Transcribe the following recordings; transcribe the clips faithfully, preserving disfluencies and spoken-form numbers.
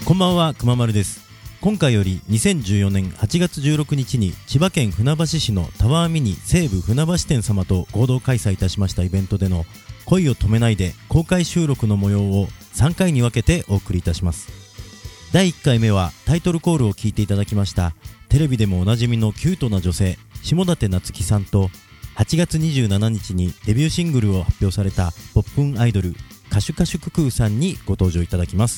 こんばんは、くままるです。今回よりにせんじゅうよねんはちがつじゅうろくにちに千葉県船橋市のタワーミニ西武船橋店様と合同開催いたしましたイベントでの恋を止めないで公開収録の模様をさんかいに分けてお送りいたします。だいいっかいめはタイトルコールを聞いていただきましたテレビでもおなじみのキュートな女性下館夏樹さんと、はちがつにじゅうしちにちにデビューシングルを発表されたポップンアイドルカシュカシュククーさんにご登場いただきます。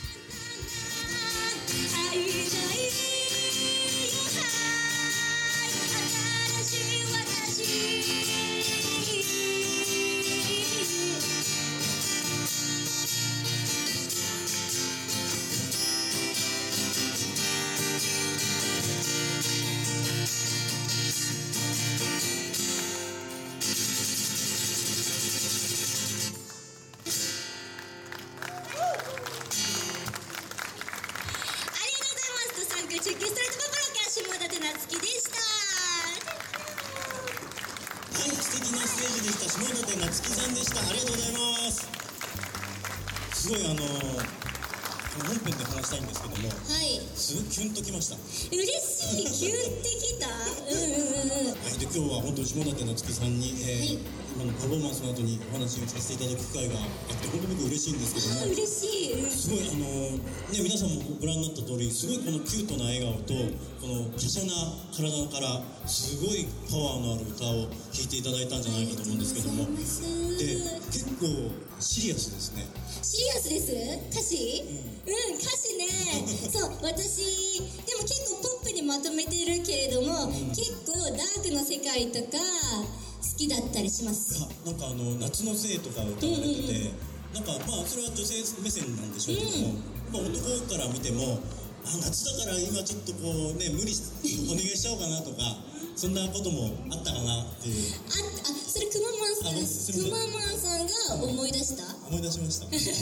中継ストレートパパラキャ下館夏樹でした。 はい、素敵なステージでした。下館夏樹さんでした。ありがとうございます。すごいあの本編で話したいんですけども、はい、すごいキュンときました。 嬉しい、キュンってきた。うんうんうん。はい、で今日は本当に下館夏樹さんに、えーはい、今のパフォーマンスの後にお話をさせていただく機会があって本当に僕嬉しいんですけども、 嬉しい。 すごいあのね、皆さんもご覧になった通りすごいこのキュートな笑顔とこの華奢な体からすごいパワーのある歌を弾いていただいたんじゃないかと思うんですけども、で結構シリアスですね。 シリアスです。歌詞、うん、うん、歌詞ねそう私でも結構ポップにまとめてるけれども、うん、結構ダークな世界とか好きだったりします。 あ、なんかあの夏のせいとか歌われてて、うんうんうん、なんかまあそれは女性目線なんでしょうけども、うん、男から見てもあ夏だから今ちょっとこうね無理お願いしちゃおうかなとかそんなこともあったかなっていう。 ああ、それくままんさんくままんさんが思い出した、 思い出しました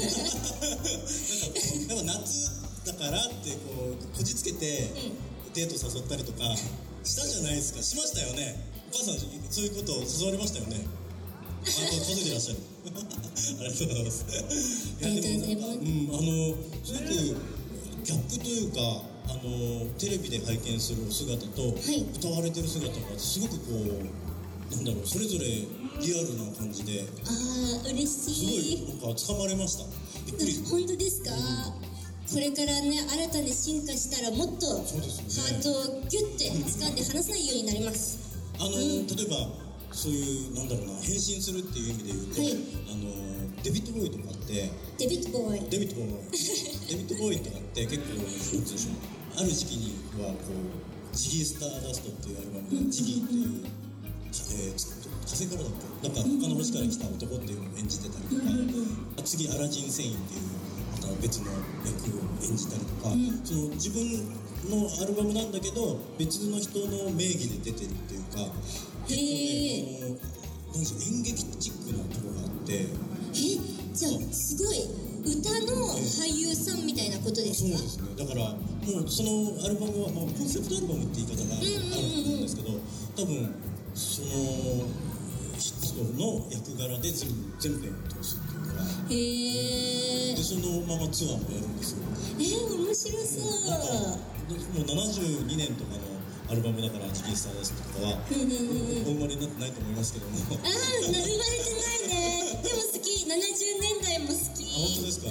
なんかこう夏だからってこうこじつけてデート誘ったりとかしたじゃないですか。しましたよね。お母さんそういうことを誘われましたよね。あ、数えてらっしゃるありがとうございますいやでもなんか、うん、あのすごくギャップというかあのテレビで拝見するお姿と、はい、歌われてる姿がすごくこうなんだろうそれぞれリアルな感じで、 ああ嬉しい。 すごいなんか掴まれました。びっくり。 本当ですか、うん、これからね新たに進化したらもっとハートをギュッて掴んで離さないようになります。 あの、うん、例えばそういうなんだろうな変身するっていう意味で言うと、はい、あのデビッドボーイとかってデビッドボーイデビッドボーイデビッドボーイとかって結構なんでしょうある時期にはこうジギースターダストっていうアルバムでジギーっていう、えー、火星からだっけなんか他の星から来た男っていうのを演じてたりとか、次アラジンセインっていうまた別の役を演じたりとか、その自分のアルバムなんだけど別の人の名義で出てるっていうか、 へー、なんでしょう演劇チックなところがあって、 えじゃあすごい歌の俳優さんみたいなことですか？ そうですね。だからもうそのアルバムは、まあ、コンセプトアルバムって言い方があると思うんですけど、多分その人の役柄で全全編を通すっていうか、へーでそのままツアーもやるんですよ。 えー、面白そう。 なんかもうななじゅうにねんとかのアルバムだからジギースターダストとかはお生まれになってないと思いますけどもああ、生まれてないね。でも好き、ななじゅうねんだいも好き。 あ、本当ですか、うん、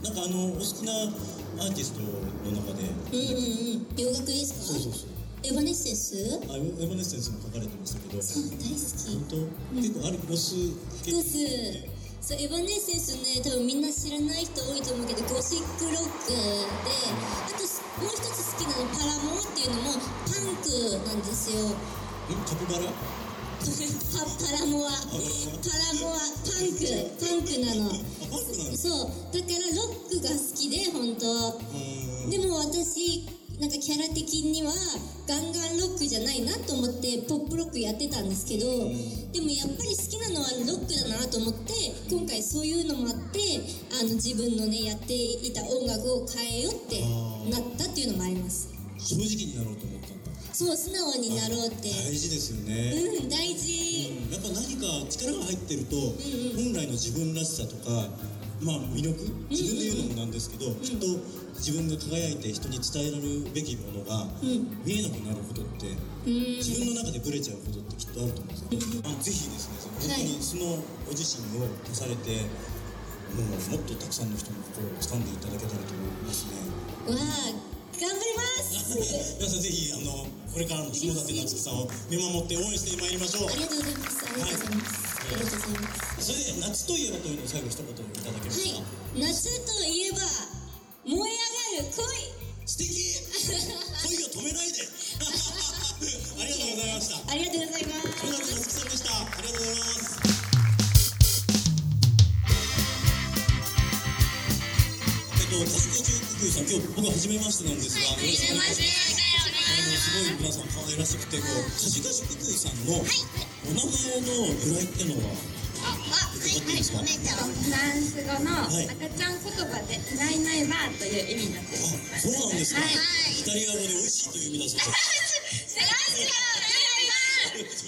なんかあのお好きなアーティストの中でうんうんうん洋楽ですか？ そうそうそうエバネッセンスあ、エバネッセンスも書かれてましたけどそう、大好き。 本当、うん、結構あるロスロスそう、エバネッセンスね、多分みんな知らない人多いと思うけどゴシックロックで、あともう一つ好きなのパラモアっていうのもパンクなんですよ。 んカピバラパ, パラモアパラモアパンクパンクなの。そうだからロックが好きで本当。でも私なんかキャラ的にはガンガンロックじゃないなと思ってポップロックやってたんですけど、でもやっぱり好きなのはロックだなと思って今回そういうのもあってあの自分のねやっていた音楽を変えようってなったっていうのもあります。 正直になろうと思ったんだ。 そう素直になろうって大事ですよね。 うん大事、 うん、やっぱ何か力が入ってると、うんうん、本来の自分らしさとかまあ魅力、自分で言うのもなんですけど、うん、きっと自分が輝いて人に伝えられるべきものが見えなくなることって、うん、自分の中でブレちゃうことってきっとあると思うんですよ、うん、あぜひですね、本当にそのご自身を足されて、もうもっとたくさんの人の心を掴んでいただけたらと思いますね。 わあ、頑張ります皆さんぜひあのこれからの下舘夏樹さんを見守って応援してまいりましょう。 ありがとうございます。ありがとうございます、はい、ありがとうございます。 それで夏といえばというのを最後一言いただけますか。はい、 夏といえば燃え上がる恋。 素敵恋を止めないでありがとうございました。 ありがとうございます。 下舘夏樹さんでした。ありがとうございます。えっと、歌手コーチククさん、今日僕は初めましてなんですが、 はい、初めまして。 すごい皆さん可愛らしくて、こうカジカジククさんのお名前の由来ってのは伺っていいですか。 フランス語の赤ちゃん言葉でいないいないばという意味になっています。 そうなんですか。イタリア語で美味しいという意味だそうです。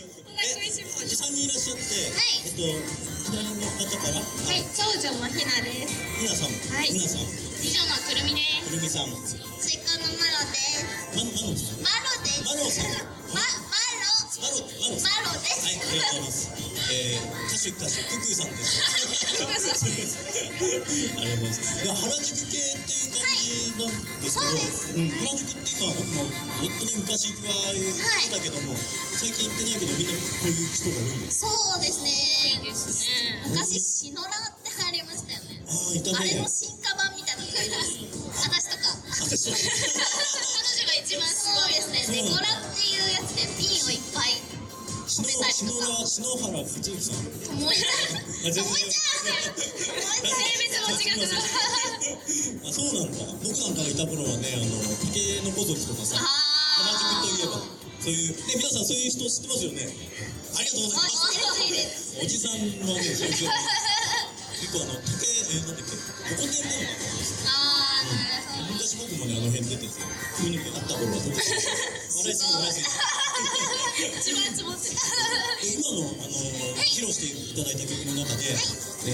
おじさんにいらっしゃって、えっと左の方から、 はい、長女のひなです。 ひなさん、ひなさん。 次女のくるみです。 くるみさん。 追加のマロです。 マロ、マロさん。 マロです。 マロさん。 マ、マロ。 マロ、マロ。 マロです。 はい、ありがとうございます。えー、歌手歌手ククさんです。ありがとうございます。いや、原宿系っていう感じなんですけど、はい、うん、原宿っていうのは僕もずっとね昔は言ってたけども、はい、最近行ってないけどみんなこういう人が多いんです。 そうですね。多いですね。昔シノラって流行りましたよね。 ああ、いたね。 あれの進化版みたいなのがいます。私とか。 私とか。 彼女が一番すごいですね。デコラっていうやつでピンをいっぱい止めたりとか。 篠原ふつゆきさん。 ともえちゃん。ともえちゃん。性別も違くなる。 あ、そうなんだ。僕なんかがいた頃はね、あの竹の子族とかさ、原宿といえばそういうね、皆さんそういう人知ってますよね。ありがとうございます。おじさんのね、先生。結構あの竹、えー、なんだっけ、ここでね、 ああ、 昔僕もね、あの辺出てて、急に会った頃はどうですか。笑いすぎ笑いすぎ。 一番つぼって今の、あのーはい、披露していただいた曲の中で、はい、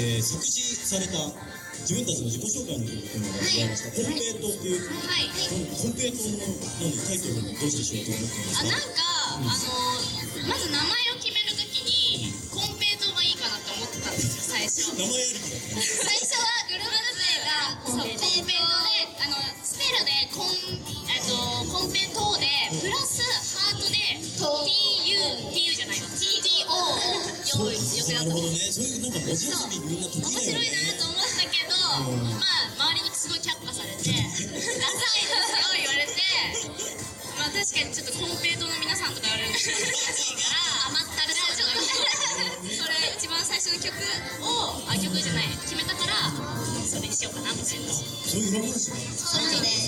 えー、作詞された自分たちの自己紹介の曲というのがございました。コンペイトっていう、はい、コンペイトの何タイトルをどうしてしようと思ってますか。 あ、なんか、うん、あのー、まず名前を決めるときに、コンペイトがいいかなって思ってたんですよ、最初。 名前ありきだった。 最初はグループ名がコンペイトで、あのスペルでコン、えっとコンペイトでプラスハートで ティーユー ティーユー じゃないの ティーオー をよく予定だった。 なるほどね。そういうなんか文字遊びみんな得意だよね。 面白いなと思ったけど、まあ周りにすごい却下されて、ダサいですよ言われて、まあ確かにちょっとコンペイトの皆さんとか言われるの難しいから甘ったるさちょっとそれ一番最初の曲をあ曲じゃない決めたからそれにしようかなと思ってます。 そういう裏話がそうなんです。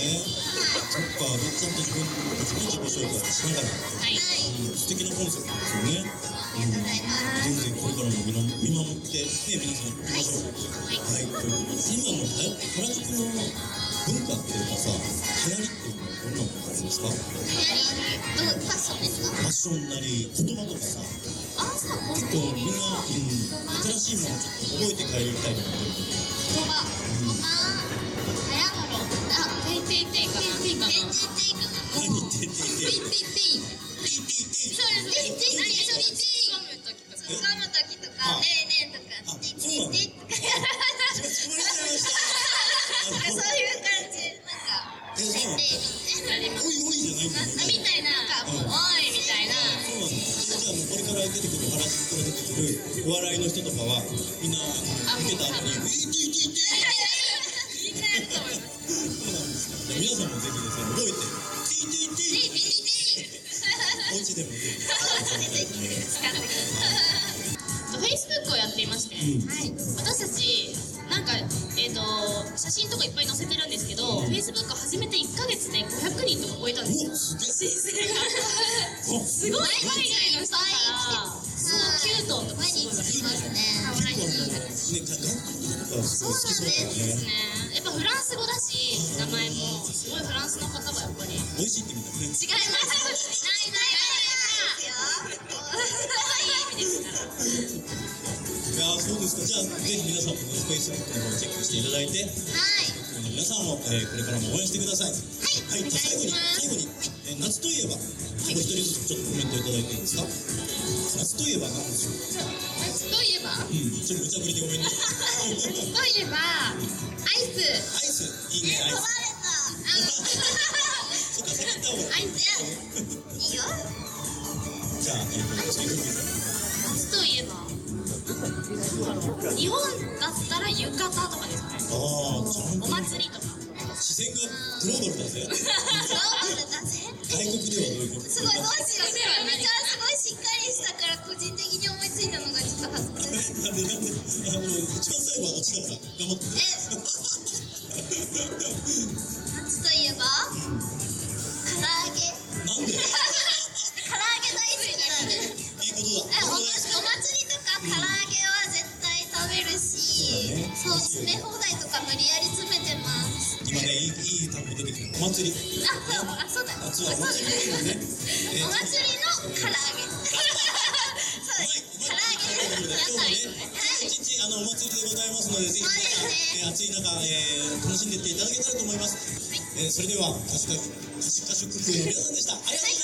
そっか、ちゃんと自分の自己紹介しながら、はい、うん、素敵なコンセプトですよね。 ありがとうございます。 全然これからも見守ってね、皆さん行きましょう。はい。はい。今の原宿の文化っていうかさ、流行りっていうのはどんなものがあるんですか。 流行り、どうファッションですか。 ファッションなり言葉とかさ、 あ、そう。 結構みんな、うん、新しいものちょっと覚えて帰りたいと思ってる。 言葉、言葉、はやがろ。あ、ペイペイペイかな。ペイペイペイかな。 何ペイペイペイ。 ペイペイペイ。そうです。ペイペイペイ。何それ。掴むときとか、ねえねえとか、ティティティとか。そういう感じ、なんか、ペイペイみたいな。 おいおいじゃないんだよね。 みたいな、なんか、おいみたいな。 そうなんだ。じゃあもうこれから出てくる原宿から出てくるお笑いの人とかはみんな受けた後に「ティティティティ」 みんなやると思います。 そうなんですか。皆さんもぜひですね覚えて「ティティティ」お家でもぜひ使ってください。フェイスブックをやっていまして、うん、はい、私たちなんか、えー、と写真とかいっぱい載せてるんですけど、フェイスブック始めていっかげつでごひゃくにんとか超えたんですよ。すごい海外の人からそうキュートとかすごい来ますね。可愛いそうなんですね。やっぱフランス語だし名前もすごいフランスの方がやっぱり美味しいってみたいな。違います。ないないないですよ。可愛い意味ですから。 いやああ、そうですか。じゃあぜひ皆さんもね、フェイスブックの方をチェックしていただいて、 はい皆さんも、えーこれからも応援してください。はい。 お願いします最後に最後に、えー夏といえば、お一人ずつちょっとコメントいただいていいですか。夏といえば何でしょう。 夏といえばうん、ちょっと無茶ぶりでごめんね。 夏といえばアイスアイス、いいね、アイス。 あそっか、先言った方がいい。 のアイスいいよじゃあ、えーと、次、ふみさん。 夏といえば日本だったら浴衣とかですかね。 ああ、ちゃんとお祭りとか視線がグローバルだぜ。 そうだぜ外国ではどういうことすごいどうしようめちゃすごいしっかりしたから個人的に思いついたのがちょっと恥ずかしいなんでなんであの一番最後は落ちだから頑張ってね。 夏といえば唐揚げなんで唐揚げ大好きなんでいいことだ。 えおお祭りとか唐揚げは絶対食べるし、そう詰め放題とか無理やり詰めてます。 今ね、いいいい単語出てきた。お祭り。 あ、そうあそうだ夏はお祭りだよね。えーお祭りの唐揚げそうです唐揚げ屋台はい一日あのお祭りでございますので、ぜひね、えー暑い中、えー楽しんでいっていただけたらと思います。えーそれでは、歌手歌手歌手クックの皆さんでした。ありがとうございました。